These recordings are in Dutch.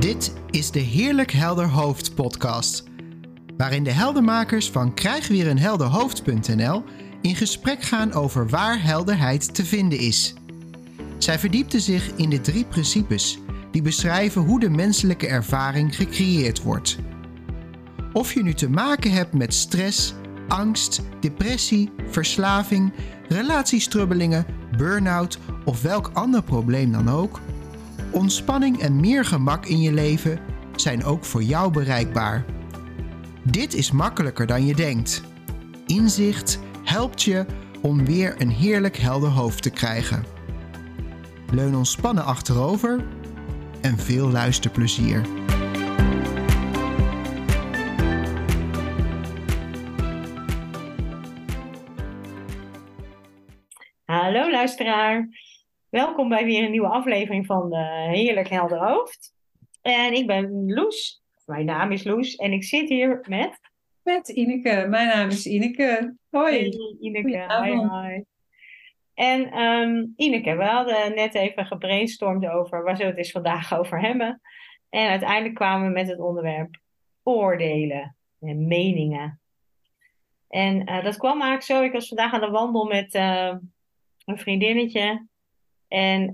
Dit is de Heerlijk Helder Hoofd podcast, waarin de heldermakers van krijgweerenhelderhoofd.nl in gesprek gaan over waar helderheid te vinden is. Zij verdiepten zich in de 3 principes die beschrijven hoe de menselijke ervaring gecreëerd wordt. Of je nu te maken hebt met stress, angst, depressie, verslaving, relatiestrubbelingen, burn-out of welk ander probleem dan ook, ontspanning en meer gemak in je leven zijn ook voor jou bereikbaar. Dit is makkelijker dan je denkt. Inzicht helpt je om weer een heerlijk helder hoofd te krijgen. Leun ontspannen achterover en veel luisterplezier. Hallo luisteraar, welkom bij weer een nieuwe aflevering van Heerlijk Helder Hoofd. En ik ben Loes, mijn naam is Loes en ik zit hier met... Met Ineke, mijn naam is Ineke. Hoi. Hey Ineke, hoi. En Ineke, we hadden net even gebrainstormd over waar zullen we het eens vandaag over hebben. En uiteindelijk kwamen we met het onderwerp oordelen en meningen. En dat kwam eigenlijk zo, ik was vandaag aan de wandel met een vriendinnetje. En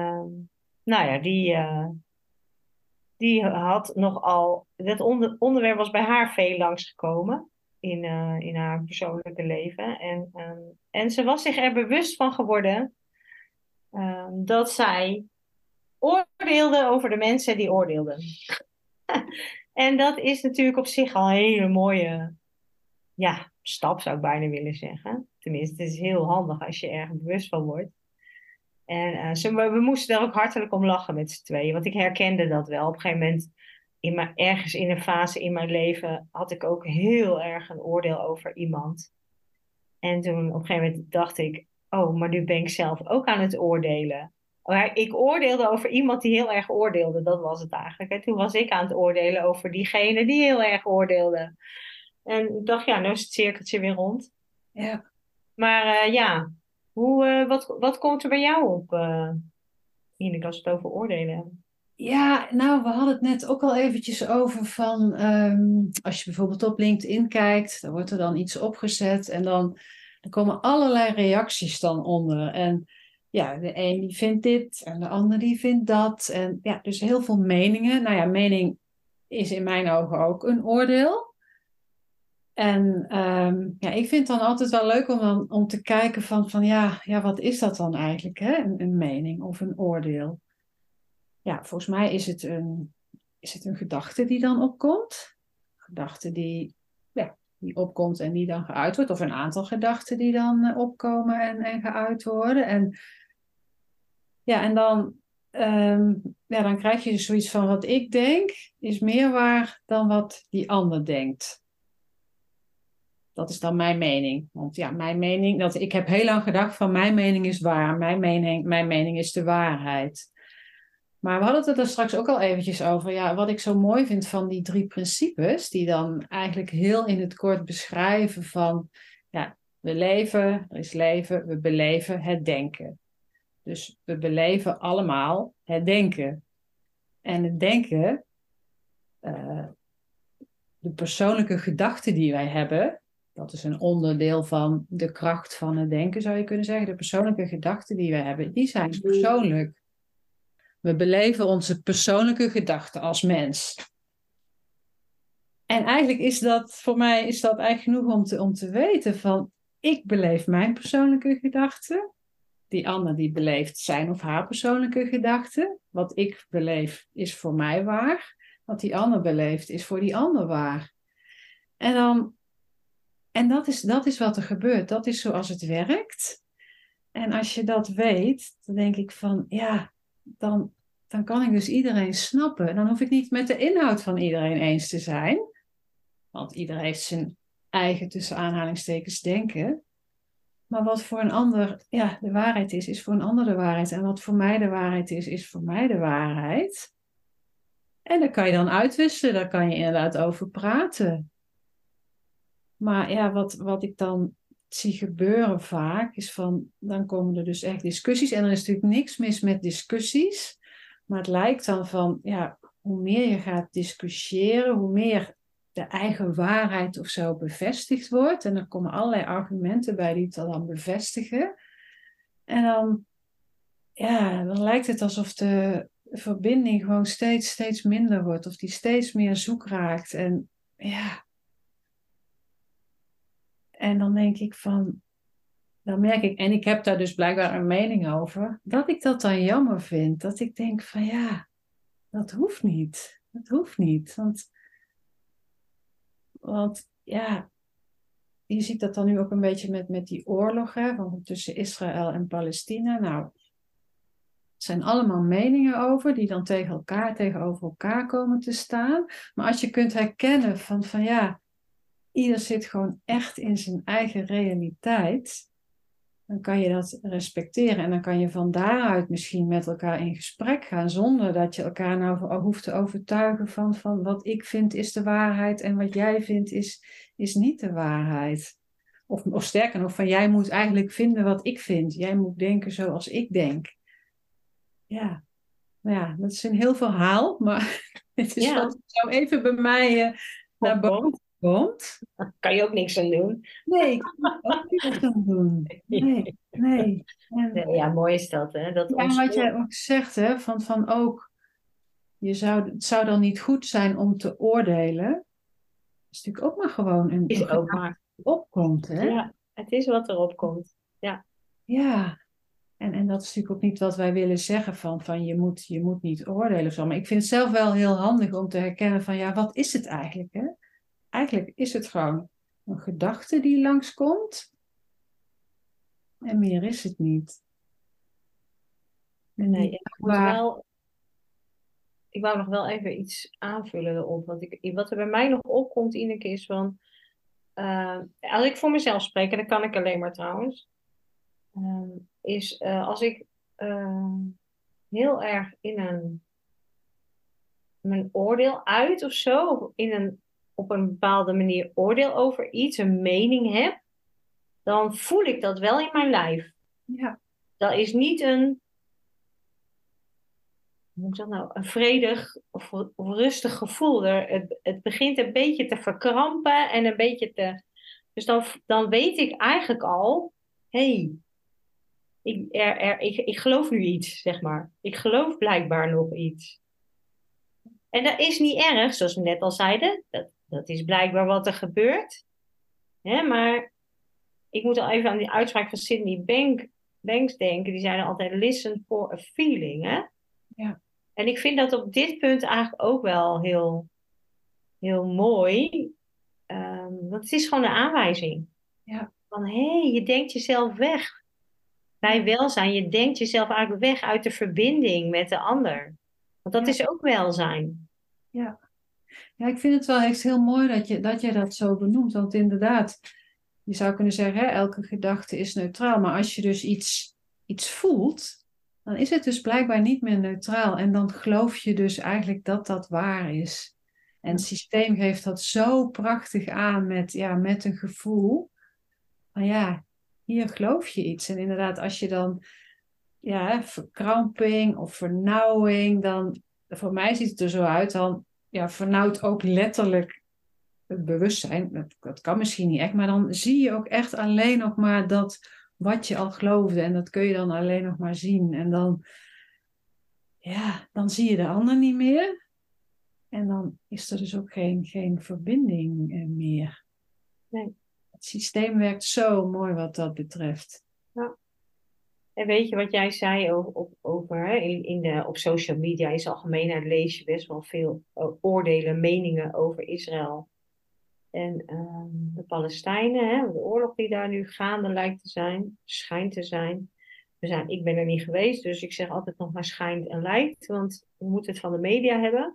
die had nogal... Dat onderwerp was bij haar veel langsgekomen in haar persoonlijke leven. En ze was zich er bewust van geworden dat zij oordeelde over de mensen die oordeelden. En dat is natuurlijk op zich al een hele mooie stap, zou ik bijna willen zeggen. Tenminste, het is heel handig als je er bewust van wordt. En we moesten daar ook hartelijk om lachen met z'n tweeën. Want ik herkende dat wel. Op een gegeven moment, ergens in een fase in mijn leven, had ik ook heel erg een oordeel over iemand. En toen op een gegeven moment dacht ik, oh, maar nu ben ik zelf ook aan het oordelen. Ik oordeelde over iemand die heel erg oordeelde. Dat was het eigenlijk. En toen was ik aan het oordelen over diegene die heel erg oordeelde. En ik dacht, nu is het cirkeltje weer rond. Ja. Maar wat komt er bij jou op, Ineke, als we het over oordelen hebben? Ja, nou, we hadden het net ook al eventjes over van... als je bijvoorbeeld op LinkedIn kijkt, dan wordt er dan iets opgezet en dan komen allerlei reacties dan onder. En ja, de een die vindt dit en de ander die vindt dat. En ja, dus heel veel meningen. Nou ja, mening is in mijn ogen ook een oordeel. En ik vind het dan altijd wel leuk om te kijken van wat is dat dan eigenlijk, hè? Een mening of een oordeel. Ja, volgens mij is het een gedachte die dan opkomt. Gedachte die opkomt en die dan geuit wordt. Of een aantal gedachten die dan opkomen en geuit worden. En dan krijg je dus zoiets van wat ik denk is meer waar dan wat die ander denkt. Dat is dan mijn mening. Want ja, mijn mening, ik heb heel lang gedacht van mijn mening is waar. Mijn mening is de waarheid. Maar we hadden het er straks ook al eventjes over. Ja, wat ik zo mooi vind van die 3 principes, die dan eigenlijk heel in het kort beschrijven van, ja, we leven, er is leven, we beleven het denken. Dus we beleven allemaal het denken. En het denken, de persoonlijke gedachten die wij hebben, dat is een onderdeel van de kracht van het denken, zou je kunnen zeggen. De persoonlijke gedachten die we hebben, die zijn persoonlijk. We beleven onze persoonlijke gedachten als mens. En eigenlijk is dat, voor mij is dat eigenlijk genoeg om te weten van, ik beleef mijn persoonlijke gedachten. Die ander die beleeft zijn of haar persoonlijke gedachten. Wat ik beleef is voor mij waar. Wat die ander beleeft is voor die ander waar. En dat is wat er gebeurt. Dat is zoals het werkt. En als je dat weet, dan denk ik van, ja, dan kan ik dus iedereen snappen. Dan hoef ik niet met de inhoud van iedereen eens te zijn. Want iedereen heeft zijn eigen, tussen aanhalingstekens, denken. Maar wat voor een ander de waarheid is voor een ander de waarheid. En wat voor mij de waarheid is voor mij de waarheid. En daar kan je dan uitwisselen. Daar kan je inderdaad over praten. Maar ja, wat ik dan zie gebeuren vaak, is van, dan komen er dus echt discussies. En er is natuurlijk niks mis met discussies. Maar het lijkt dan van, ja, hoe meer je gaat discussiëren, hoe meer de eigen waarheid of zo bevestigd wordt. En er komen allerlei argumenten bij die het dan bevestigen. En dan lijkt het alsof de verbinding gewoon steeds minder wordt. Of die steeds meer zoek raakt. En ja. En dan denk ik van... Dan merk ik, en ik heb daar dus blijkbaar een mening over, dat ik dat dan jammer vind. Dat ik denk van ja, dat hoeft niet. Dat hoeft niet. Want ja, je ziet dat dan nu ook een beetje met die oorlog tussen Israël en Palestina. Nou, er zijn allemaal meningen over die dan tegenover elkaar komen te staan. Maar als je kunt herkennen van ja, ieder zit gewoon echt in zijn eigen realiteit, dan kan je dat respecteren en dan kan je van daaruit misschien met elkaar in gesprek gaan zonder dat je elkaar nou hoeft te overtuigen van wat ik vind is de waarheid en wat jij vindt is niet de waarheid. Of sterker nog, van jij moet eigenlijk vinden wat ik vind. Jij moet denken zoals ik denk. Ja, nou ja, dat is een heel verhaal, maar het is wat zo even bij mij naar boven komt. Daar kan je ook niks aan doen. Nee, ik kan er ook niks aan doen. Nee. Ja, mooi is dat, hè? Dat wat jij ook zegt, hè, van ook, het zou dan niet goed zijn om te oordelen. Dat is natuurlijk ook maar gewoon een gedachte die opkomt, hè? Ja, het is wat erop komt. Ja. Ja. En dat is natuurlijk ook niet wat wij willen zeggen van je moet niet oordelen of zo. Maar ik vind het zelf wel heel handig om te herkennen van ja, wat is het eigenlijk, hè? Eigenlijk is het gewoon een gedachte die langskomt. En meer is het niet. Nee, ik wou nog wel even iets aanvullen erop. Wat er bij mij nog opkomt, Ineke, is van... als ik voor mezelf spreek, en dat kan ik alleen maar trouwens... als ik heel erg mijn oordeel uit of zo... op een bepaalde manier oordeel over iets, een mening heb... dan voel ik dat wel in mijn lijf. Ja. Dat is niet een... Hoe moet ik dat nou? Een vredig of rustig gevoel. Het begint een beetje te verkrampen en een beetje te... Dus dan weet ik eigenlijk al... Hé, ik geloof nu iets, zeg maar. Ik geloof blijkbaar nog iets. En dat is niet erg, zoals we net al zeiden. Dat is blijkbaar wat er gebeurt. Hè, maar ik moet al even aan die uitspraak van Sydney Banks denken. Die zeiden altijd, listen for a feeling, hè? Ja. En ik vind dat op dit punt eigenlijk ook wel heel, heel mooi. Want het is gewoon een aanwijzing. Ja. Van, je denkt jezelf weg. Bij welzijn, je denkt jezelf eigenlijk weg uit de verbinding met de ander. Want dat is ook welzijn. Ja. Ja, ik vind het wel echt heel mooi dat je dat zo benoemt. Want inderdaad, je zou kunnen zeggen, elke gedachte is neutraal. Maar als je dus iets voelt, dan is het dus blijkbaar niet meer neutraal. En dan geloof je dus eigenlijk dat dat waar is. En het systeem geeft dat zo prachtig aan met een gevoel. Van ja, hier geloof je iets. En inderdaad, als je dan verkramping of vernauwing, dan voor mij ziet het er zo uit, dan vernauwt ook letterlijk het bewustzijn. Dat kan misschien niet echt, maar dan zie je ook echt alleen nog maar dat wat je al geloofde. En dat kun je dan alleen nog maar zien. En dan zie je de ander niet meer. En dan is er dus ook geen verbinding meer. Nee. Het systeem werkt zo mooi wat dat betreft. Ja. En weet je wat jij zei op social media in zijn algemeenheid lees je best wel veel oordelen, meningen over Israël en de Palestijnen, de oorlog die daar nu gaande lijkt te zijn, schijnt te zijn. Ik ben er niet geweest, dus ik zeg altijd nog maar schijnt en lijkt, want we moeten het van de media hebben.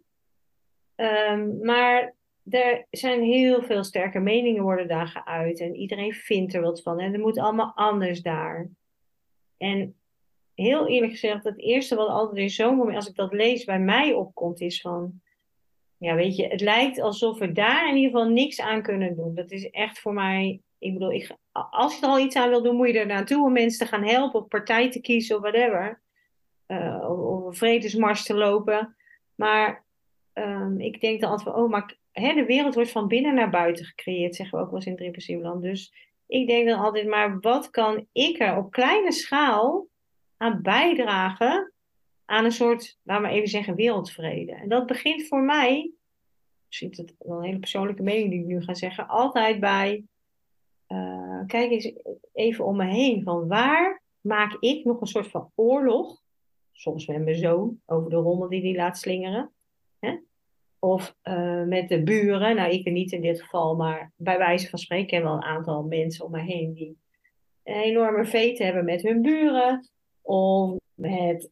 Maar er zijn heel veel sterke meningen worden daar geuit en iedereen vindt er wat van en het moet allemaal anders daar. En heel eerlijk gezegd, het eerste wat altijd in zo'n moment, als ik dat lees, bij mij opkomt, is van... Ja, weet je, het lijkt alsof we daar in ieder geval niks aan kunnen doen. Dat is echt voor mij... Ik bedoel, als je er al iets aan wil doen, moet je er naartoe om mensen te gaan helpen, of partij te kiezen, of whatever. Of een vredesmars te lopen. Maar ik denk dan altijd van, maar de wereld wordt van binnen naar buiten gecreëerd, zeggen we ook wel eens in het Driepensiebeland. Dus ik denk dan altijd, maar wat kan ik er op kleine schaal aan bijdragen aan een soort, laten we even zeggen, wereldvrede. En dat begint voor mij, misschien is het wel een hele persoonlijke mening die ik nu ga zeggen, altijd bij, kijk eens even om me heen, van waar maak ik nog een soort van oorlog, soms met mijn zoon, over de rommel die hij laat slingeren, hè? Of met de buren, nou ik niet in dit geval, maar bij wijze van spreken ken wel een aantal mensen om me heen die een enorme vete hebben met hun buren. Of met,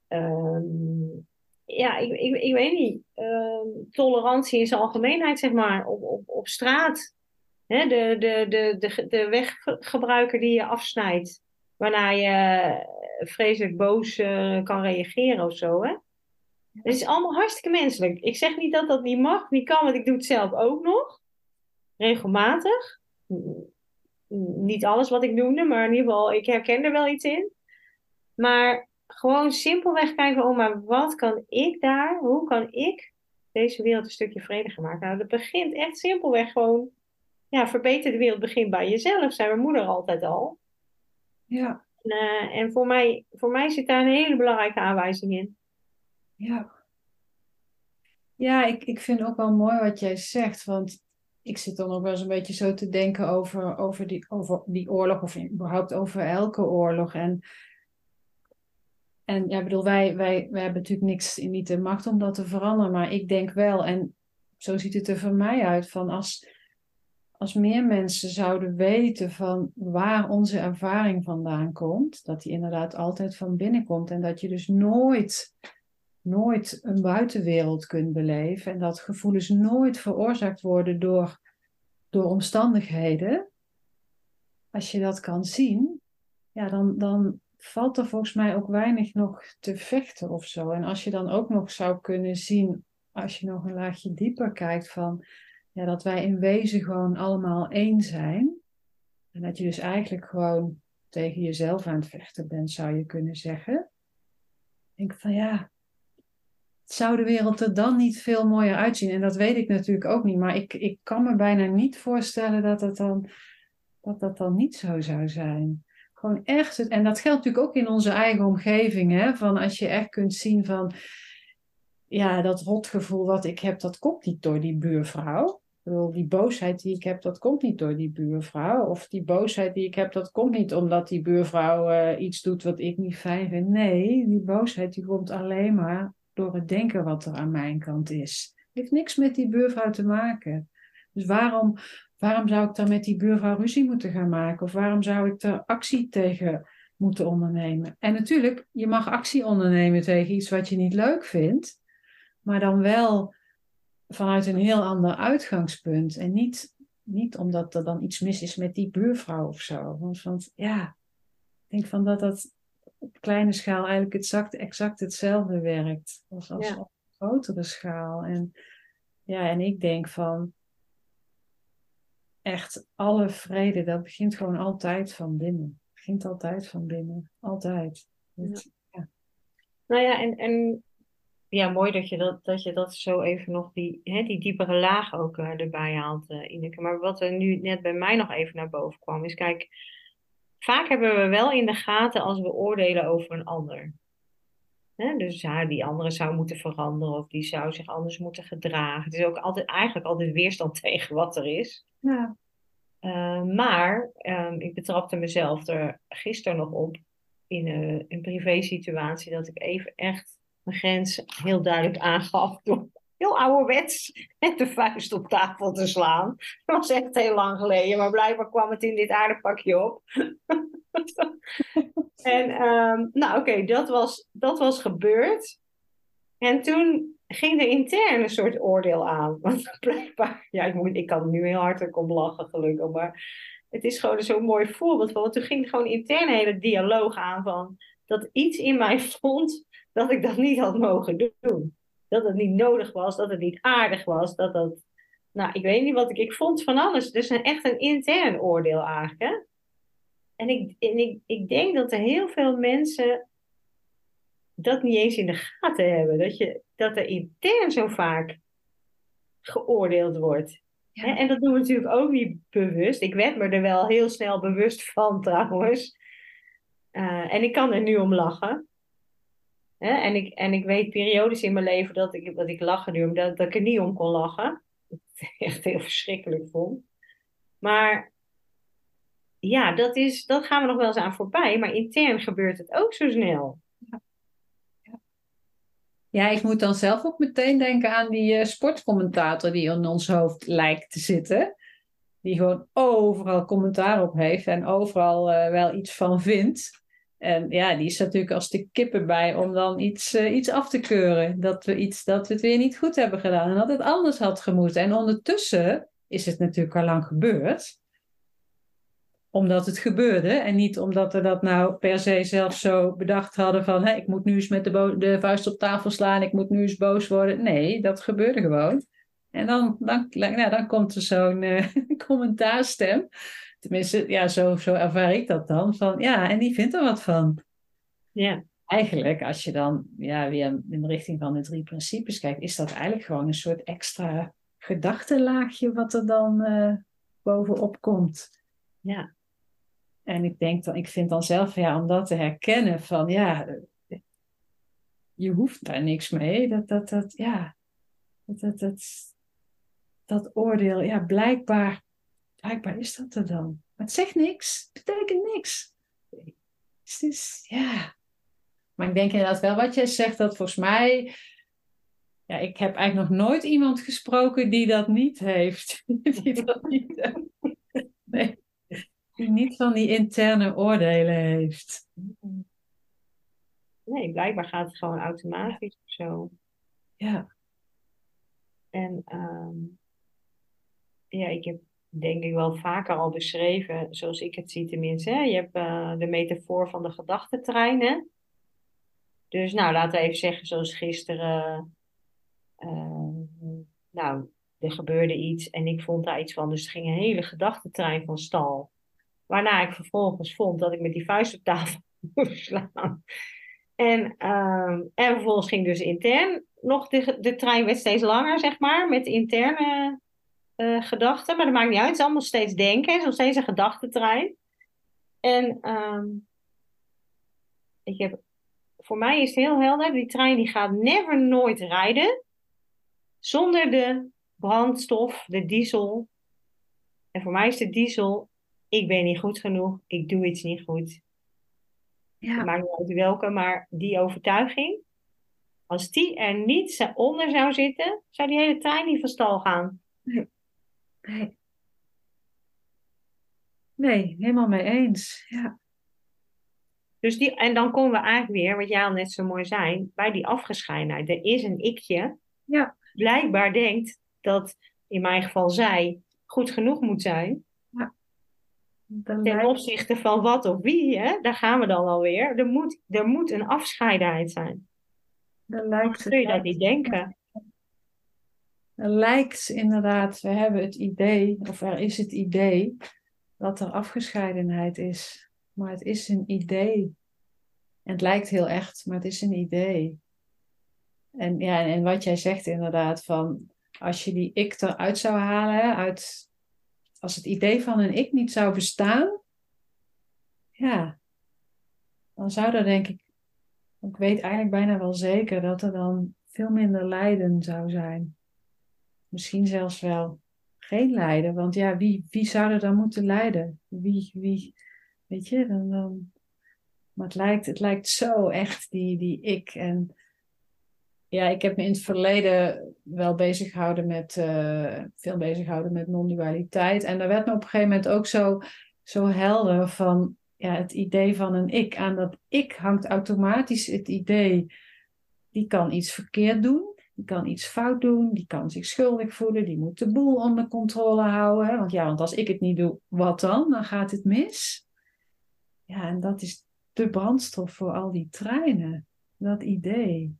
ik weet niet, tolerantie in zijn algemeenheid, zeg maar, op straat. Hè? De weggebruiker die je afsnijdt, waarna je vreselijk boos kan reageren of zo, hè? Het is allemaal hartstikke menselijk. Ik zeg niet dat dat niet mag, niet kan, want ik doe het zelf ook nog. Regelmatig. Niet alles wat ik noemde, maar in ieder geval, ik herken er wel iets in. Maar gewoon simpelweg kijken, maar wat kan ik daar, hoe kan ik deze wereld een stukje vrediger maken? Nou, dat begint echt simpelweg gewoon, verbeter de wereld begint bij jezelf, zei mijn moeder altijd al. Ja. En voor mij zit daar een hele belangrijke aanwijzing in. Ja. Ja, ik vind ook wel mooi wat jij zegt, want ik zit dan ook wel eens een beetje zo te denken over die oorlog, of überhaupt over elke oorlog. En ja, bedoel, wij hebben natuurlijk niet de macht om dat te veranderen, maar ik denk wel, en zo ziet het er voor mij uit, van als meer mensen zouden weten van waar onze ervaring vandaan komt, dat die inderdaad altijd van binnen komt en dat je dus nooit een buitenwereld kunt beleven en dat gevoelens nooit veroorzaakt worden door omstandigheden. Als je dat kan zien, ja, dan valt er volgens mij ook weinig nog te vechten of zo. En als je dan ook nog zou kunnen zien, als je nog een laagje dieper kijkt van, ja, dat wij in wezen gewoon allemaal één zijn. En dat je dus eigenlijk gewoon tegen jezelf aan het vechten bent, zou je kunnen zeggen. Ik denk van ja, zou de wereld er dan niet veel mooier uitzien? En dat weet ik natuurlijk ook niet. Maar ik kan me bijna niet voorstellen dat dan niet zo zou zijn. Gewoon echt. En dat geldt natuurlijk ook in onze eigen omgeving. Hè? Van als je echt kunt zien van, ja, dat rotgevoel wat ik heb, dat komt niet door die buurvrouw. Ik bedoel, die boosheid die ik heb, dat komt niet door die buurvrouw. Of die boosheid die ik heb, dat komt niet omdat die buurvrouw iets doet wat ik niet fijn vind. Nee, die boosheid die komt alleen maar door het denken wat er aan mijn kant is. Het heeft niks met die buurvrouw te maken. Dus waarom zou ik dan met die buurvrouw ruzie moeten gaan maken? Of waarom zou ik er actie tegen moeten ondernemen? En natuurlijk, je mag actie ondernemen tegen iets wat je niet leuk vindt. Maar dan wel vanuit een heel ander uitgangspunt. En niet omdat er dan iets mis is met die buurvrouw of zo. Want ja, ik denk van dat op kleine schaal eigenlijk exact hetzelfde werkt. Als op grotere schaal. En ik denk van echt alle vrede, dat begint gewoon altijd van binnen. Het begint altijd van binnen. Altijd. Ja. Nou ja, en ja, mooi dat je dat zo even nog die diepere laag ook erbij haalt, Ineke. Maar wat er nu net bij mij nog even naar boven kwam, is kijk, vaak hebben we wel in de gaten als we oordelen over een ander. Hè? Dus die andere zou moeten veranderen of die zou zich anders moeten gedragen. Het is ook eigenlijk altijd weerstand tegen wat er is. Ja. Maar ik betrapte mezelf er gisteren nog op in een privé situatie dat ik even echt mijn grens heel duidelijk aangaf door heel ouderwets met de vuist op tafel te slaan. Dat was echt heel lang geleden, maar blijkbaar kwam het in dit aardepakje op. En oké, dat was gebeurd. En toen ging er intern een soort oordeel aan. Want blijkbaar, ik kan er nu heel hartelijk om lachen gelukkig, maar het is gewoon zo'n mooi voorbeeld van. Want toen ging er gewoon intern een hele dialoog aan van dat iets in mij vond dat ik dat niet had mogen doen. Dat het niet nodig was, dat het niet aardig was, ik weet niet wat ik vond van alles. Dus echt een intern oordeel eigenlijk. Hè? En ik denk dat er heel veel mensen dat niet eens in de gaten hebben. Dat er intern zo vaak geoordeeld wordt. Ja. Hè? En dat doen we natuurlijk ook niet bewust. Ik werd me er wel heel snel bewust van trouwens. En ik kan er nu om lachen. Hè? En ik weet periodes in mijn leven dat ik lachen nu, omdat dat ik er niet om kon lachen. Dat ik het echt heel verschrikkelijk vond. Maar ja, dat gaan we nog wel eens aan voorbij. Maar intern gebeurt het ook zo snel. Ja, ik moet dan zelf ook meteen denken aan die sportcommentator die in ons hoofd lijkt te zitten. Die gewoon overal commentaar op heeft en overal wel iets van vindt. En ja, die is natuurlijk als de kippen bij om dan iets af te keuren. Dat we het weer niet goed hebben gedaan en dat het anders had gemoeten. En ondertussen is het natuurlijk al lang gebeurd. Omdat het gebeurde en niet omdat we dat nou per se zelf zo bedacht hadden van ik moet nu eens met de vuist op tafel slaan, ik moet nu eens boos worden. Nee, dat gebeurde gewoon. En dan komt er zo'n commentaarstem. Tenminste, ja, zo ervaar ik dat dan. Van, ja, en die vindt er wat van. Ja. Eigenlijk, als je dan weer in de richting van de 3 principes kijkt, is dat eigenlijk gewoon een soort extra gedachtenlaagje wat er dan bovenop komt. Ja. En ik vind dan zelf, om dat te herkennen van, je hoeft daar niks mee. Dat oordeel, blijkbaar is dat er dan. Maar het zegt niks, het betekent niks. Dus, maar ik denk inderdaad wel wat jij zegt, dat volgens mij, ik heb eigenlijk nog nooit iemand gesproken die dat niet heeft. Die dat niet nee. Die niet van die interne oordelen heeft. Nee, blijkbaar gaat het gewoon automatisch of zo. Ja. En ik heb denk ik wel vaker al beschreven, zoals ik het zie tenminste. Hè? Je hebt de metafoor van de gedachtentrein. Hè? Dus nou, laten we even zeggen zoals gisteren. Er gebeurde iets en ik vond daar iets van. Dus er ging een hele gedachtentrein van stal. Waarna ik vervolgens vond dat ik met die vuist op tafel moest slaan. En vervolgens ging dus intern nog de trein werd steeds langer, zeg maar, met interne gedachten. Maar dat maakt niet uit, het is allemaal steeds denken, het is nog steeds een gedachtentrein. En voor mij is het heel helder, die trein die gaat nooit rijden zonder de brandstof, de diesel. En voor mij is de diesel, ik ben niet goed genoeg, ik doe iets niet goed. Ja. Het maakt niet uit welke, maar die overtuiging, als die er niet onder zou zitten, zou die hele trein niet van stal gaan. Nee, helemaal mee eens. Ja. Dus en dan komen we eigenlijk weer, wat jij al net zo mooi zei, bij die afgescheidenheid. Er is een ikje, blijkbaar denkt dat, in mijn geval zij, goed genoeg moet zijn. Ja. Ten opzichte van wat of wie, hè? Daar gaan we dan alweer. Er moet een afscheidenheid zijn. Anders kun je dat niet denken. Er lijkt inderdaad, we hebben het idee, of er is het idee, dat er afgescheidenheid is. Maar het is een idee. En het lijkt heel echt, maar het is een idee. En wat jij zegt inderdaad, van als je die ik eruit zou halen, als het idee van een ik niet zou bestaan, dan zou er denk ik weet eigenlijk bijna wel zeker dat er dan veel minder lijden zou zijn. Misschien zelfs wel geen lijden, want wie zou er dan moeten lijden? Wie weet je, dan. Maar het lijkt zo echt die ik. En ik heb me in het verleden wel veel bezig gehouden met non-dualiteit. En daar werd me op een gegeven moment ook zo helder van het idee van een ik. Aan dat ik hangt automatisch het idee, die kan iets verkeerd doen. Die kan iets fout doen, die kan zich schuldig voelen, die moet de boel onder controle houden. Hè? Want als ik het niet doe, wat dan? Dan gaat het mis. Ja, en dat is de brandstof voor al die treinen. Dat idee.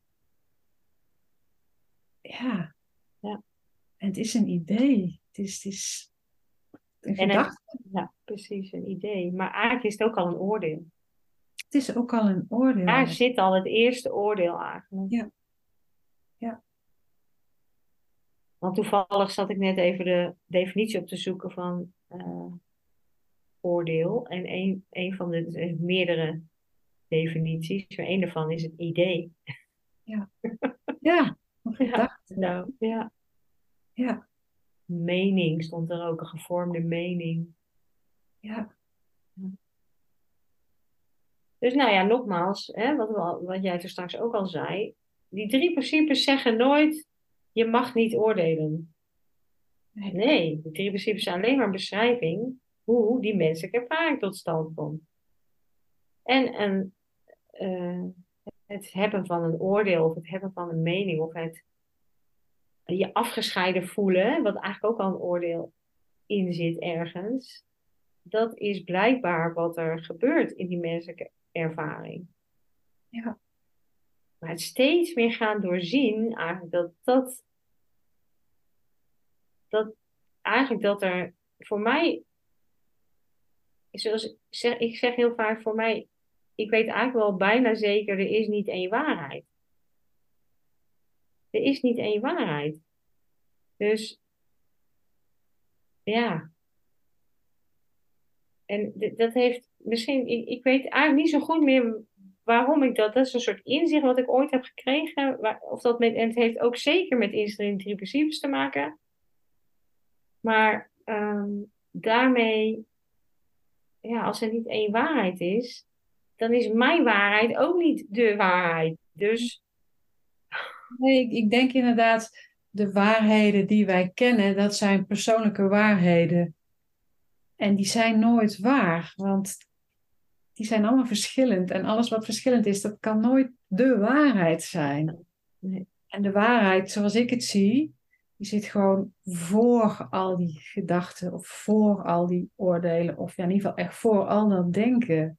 Ja. En het is een idee. Het is een gedachte. Ja, precies, een idee. Maar eigenlijk is het ook al een oordeel. Het is ook al een oordeel. Daar zit al het eerste oordeel eigenlijk. Ja. Want toevallig zat ik net even de definitie op te zoeken van oordeel. En een van de, er zijn meerdere definities, maar één daarvan is het idee. Ja, ja, een Ja, gedachte. nou, ja. Ja, Mening stond er ook, een gevormde mening. ja, Dus nou ja, nogmaals, hè, wat jij er straks ook al zei. Die 3 principes zeggen nooit, je mag niet oordelen. nee, Nee, die 3 principes zijn alleen maar een beschrijving hoe die menselijke ervaring tot stand komt. En eh, het hebben van een oordeel of het hebben van een mening of het je afgescheiden voelen, wat eigenlijk ook al een oordeel in zit ergens, dat is blijkbaar wat er gebeurt in die menselijke ervaring. ja, Maar het steeds meer gaan doorzien, eigenlijk dat er voor mij, zoals ik zeg heel vaak, voor mij, ik weet eigenlijk wel bijna zeker, er is niet één waarheid. Er is niet één waarheid. Dus ja, en dat heeft misschien, ik weet eigenlijk niet zo goed meer waarom ik dat is een soort inzicht wat ik ooit heb gekregen, en het heeft ook zeker met instelling 3 principes te maken. Maar daarmee, ja, als er niet één waarheid is, dan is mijn waarheid ook niet de waarheid. Dus nee, ik denk inderdaad, de waarheden die wij kennen, dat zijn persoonlijke waarheden. En die zijn nooit waar, want die zijn allemaal verschillend. En alles wat verschillend is, dat kan nooit de waarheid zijn. nee, En de waarheid, zoals ik het zie, die zit gewoon voor al die gedachten of voor al die oordelen. Of ja, in ieder geval echt voor al dat denken.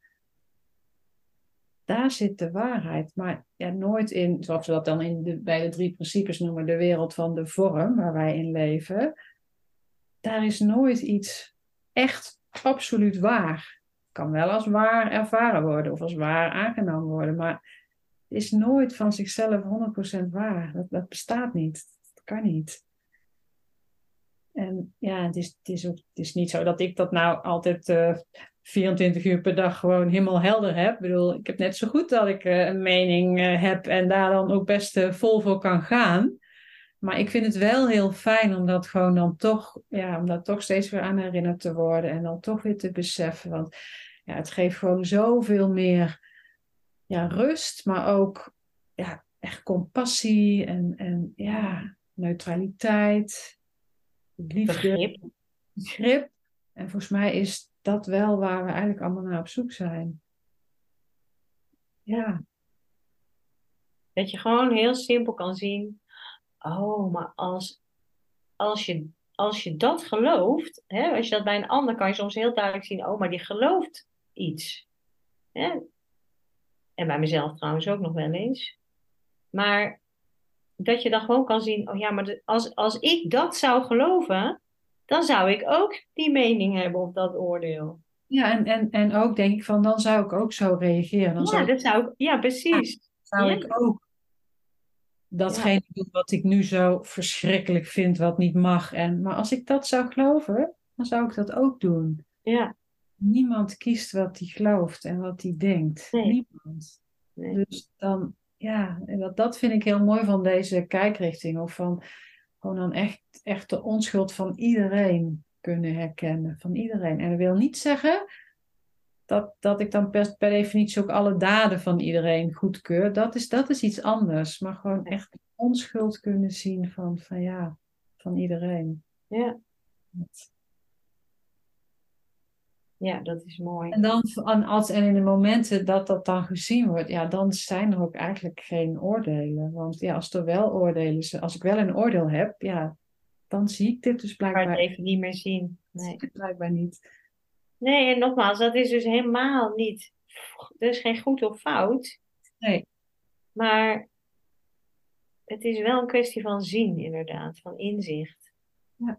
Daar zit de waarheid. Maar ja, nooit in, zoals we dat dan bij de 3 principes noemen, de wereld van de vorm waar wij in leven. Daar is nooit iets echt absoluut waar. Kan wel als waar ervaren worden of als waar aangenomen worden, maar het is nooit van zichzelf 100% waar. Dat bestaat niet. Dat kan niet. En ja, het is niet zo dat ik dat nou altijd 24 uur per dag gewoon helemaal helder heb. Ik bedoel, ik heb net zo goed dat ik een mening heb en daar dan ook best vol voor kan gaan. Maar ik vind het wel heel fijn om dat gewoon dan toch, ja, om daar toch steeds weer aan herinnerd te worden en dan toch weer te beseffen. Want ja, het geeft gewoon zoveel meer ja, rust, maar ook ja, echt compassie en ja, neutraliteit, liefde, begrip. begrip. En volgens mij is dat wel waar we eigenlijk allemaal naar op zoek zijn. Ja, Dat je gewoon heel simpel kan zien. Oh, maar als je dat gelooft, hè, als je dat bij een ander kan je soms heel duidelijk zien, oh, maar die gelooft iets. Hè? En bij mezelf trouwens ook nog wel eens. Maar dat je dan gewoon kan zien, oh ja, maar als ik dat zou geloven, dan zou ik ook die mening hebben of dat oordeel. ja en ook denk ik van, dan zou ik ook zo reageren. Dan Ja, dat zou ik, ja, precies. zou Ja, ik ook ja, datgene doen wat ik nu zo verschrikkelijk vind, wat niet mag. Maar als ik dat zou geloven, dan zou ik dat ook doen. ja, Niemand kiest wat hij gelooft en wat hij denkt. nee, Niemand. nee. Dus dan, ja, en dat vind ik heel mooi van deze kijkrichting. Of van gewoon dan echt de onschuld van iedereen kunnen herkennen. Van iedereen. En dat wil niet zeggen dat ik dan per definitie ook alle daden van iedereen goedkeur. Dat is iets anders. Maar gewoon echt de onschuld kunnen zien van ja, van iedereen. Ja, ja, dat is mooi. En dan en in de momenten dat dat dan gezien wordt, ja, dan zijn er ook eigenlijk geen oordelen. Want ja, als er wel oordelen zijn, als ik wel een oordeel heb, ja, dan zie ik dit dus Maar het blijkbaar, even niet meer zien. Nee. blijkbaar niet. Nee, en nogmaals, dat is dus helemaal niet. Er is geen goed of fout. Nee, Maar het is wel een kwestie van zien, inderdaad, van inzicht. ja,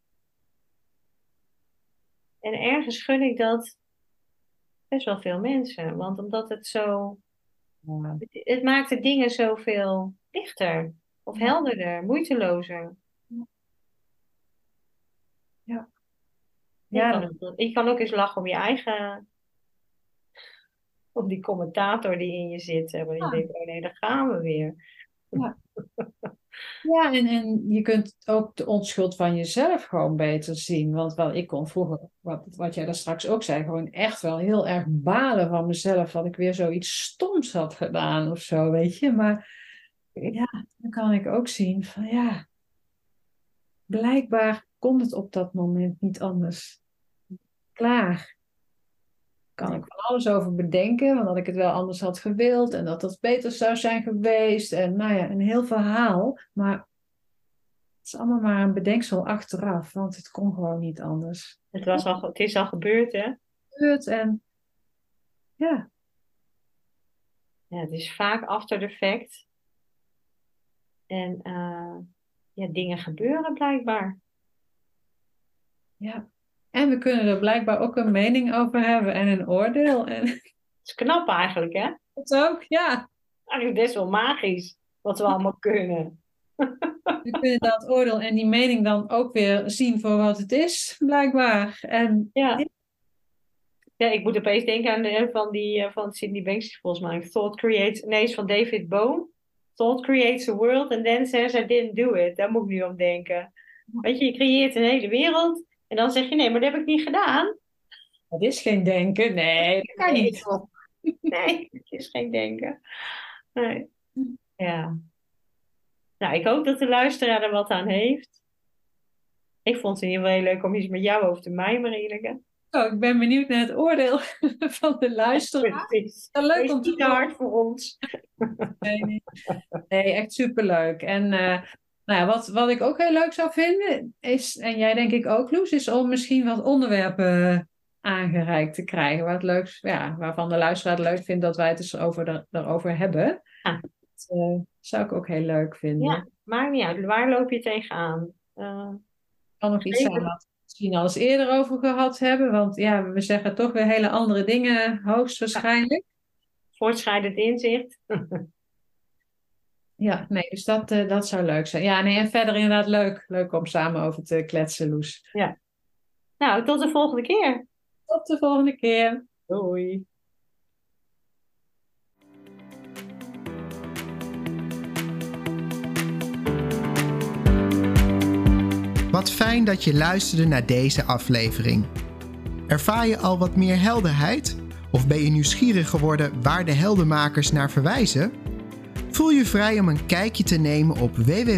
En ergens gun ik dat best wel veel mensen. Want omdat het zo. ja, Het maakt de dingen zoveel lichter. Of ja, helderder, moeitelozer. Ja. Je kan ook eens lachen om je eigen, om die commentator die in je zit. En je denkt, oh nee, daar gaan we weer. Ja. Ja, en je kunt ook de onschuld van jezelf gewoon beter zien. Want ik kon vroeger, wat jij daar straks ook zei, gewoon echt wel heel erg balen van mezelf. Dat ik weer zoiets stoms had gedaan of zo, weet je. Maar ja, dan kan ik ook zien van ja, blijkbaar kon het op dat moment niet anders. Klaar. Kan ik van alles over bedenken, want dat ik het wel anders had gewild en dat dat beter zou zijn geweest. En nou ja, een heel verhaal. Maar het is allemaal maar een bedenksel achteraf, want het kon gewoon niet anders. Het is al gebeurd, hè? En ja. Ja, het is vaak after the fact. En dingen gebeuren blijkbaar. Ja. En we kunnen er blijkbaar ook een mening over hebben en een oordeel. En Het is knap eigenlijk, hè? dat ook, ja. Eigenlijk best wel magisch wat we allemaal kunnen. We kunnen dat oordeel en die mening dan ook weer zien voor wat het is, blijkbaar. En ja, ik moet opeens denken aan van Sydney Banks, volgens mij. Is van David Bohm. Thought creates a world and then says I didn't do it. Daar moet ik nu om denken. Weet je creëert een hele wereld en dan zeg je nee, maar dat heb ik niet gedaan. Dat is geen denken. Nee, dat kan niet. Nee, het is geen denken. Nee. Ja. Nou, ik hoop dat de luisteraar er wat aan heeft. Ik vond het in ieder geval heel leuk om iets met jou over te mijmeren, Ineke. Oh, ik ben benieuwd naar het oordeel van de luisteraar. Precies. Leuk om te hard voor ons. Nee, echt superleuk. En nou ja, wat ik ook heel leuk zou vinden is, en jij denk ik ook, Loes, is om misschien wat onderwerpen aangereikt te krijgen. Waarvan de luisteraar het leuk vindt dat wij het dus daarover hebben. Dat zou ik ook heel leuk vinden. Ja, maakt niet uit. Waar loop je tegenaan? Kan nog iets zijn wat we misschien al eens eerder over gehad hebben. Want ja, we zeggen toch weer hele andere dingen, hoogstwaarschijnlijk. Voortschrijdend inzicht. Ja, nee, dus dat zou leuk zijn. Ja, nee, en verder inderdaad leuk om samen over te kletsen, Loes. Ja. Nou, tot de volgende keer. Tot de volgende keer. Doei. Wat fijn dat je luisterde naar deze aflevering. Ervaar je al wat meer helderheid? Of ben je nieuwsgierig geworden waar de heldenmakers naar verwijzen? Voel je vrij om een kijkje te nemen op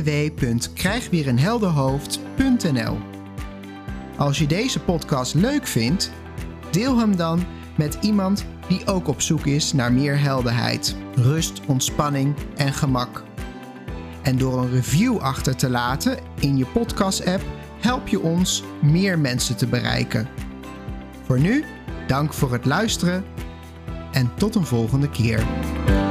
www.krijgweerenhelderhoofd.nl. Als je deze podcast leuk vindt, deel hem dan met iemand die ook op zoek is naar meer helderheid, rust, ontspanning en gemak. En door een review achter te laten in je podcast-app help je ons meer mensen te bereiken. Voor nu, dank voor het luisteren en tot een volgende keer.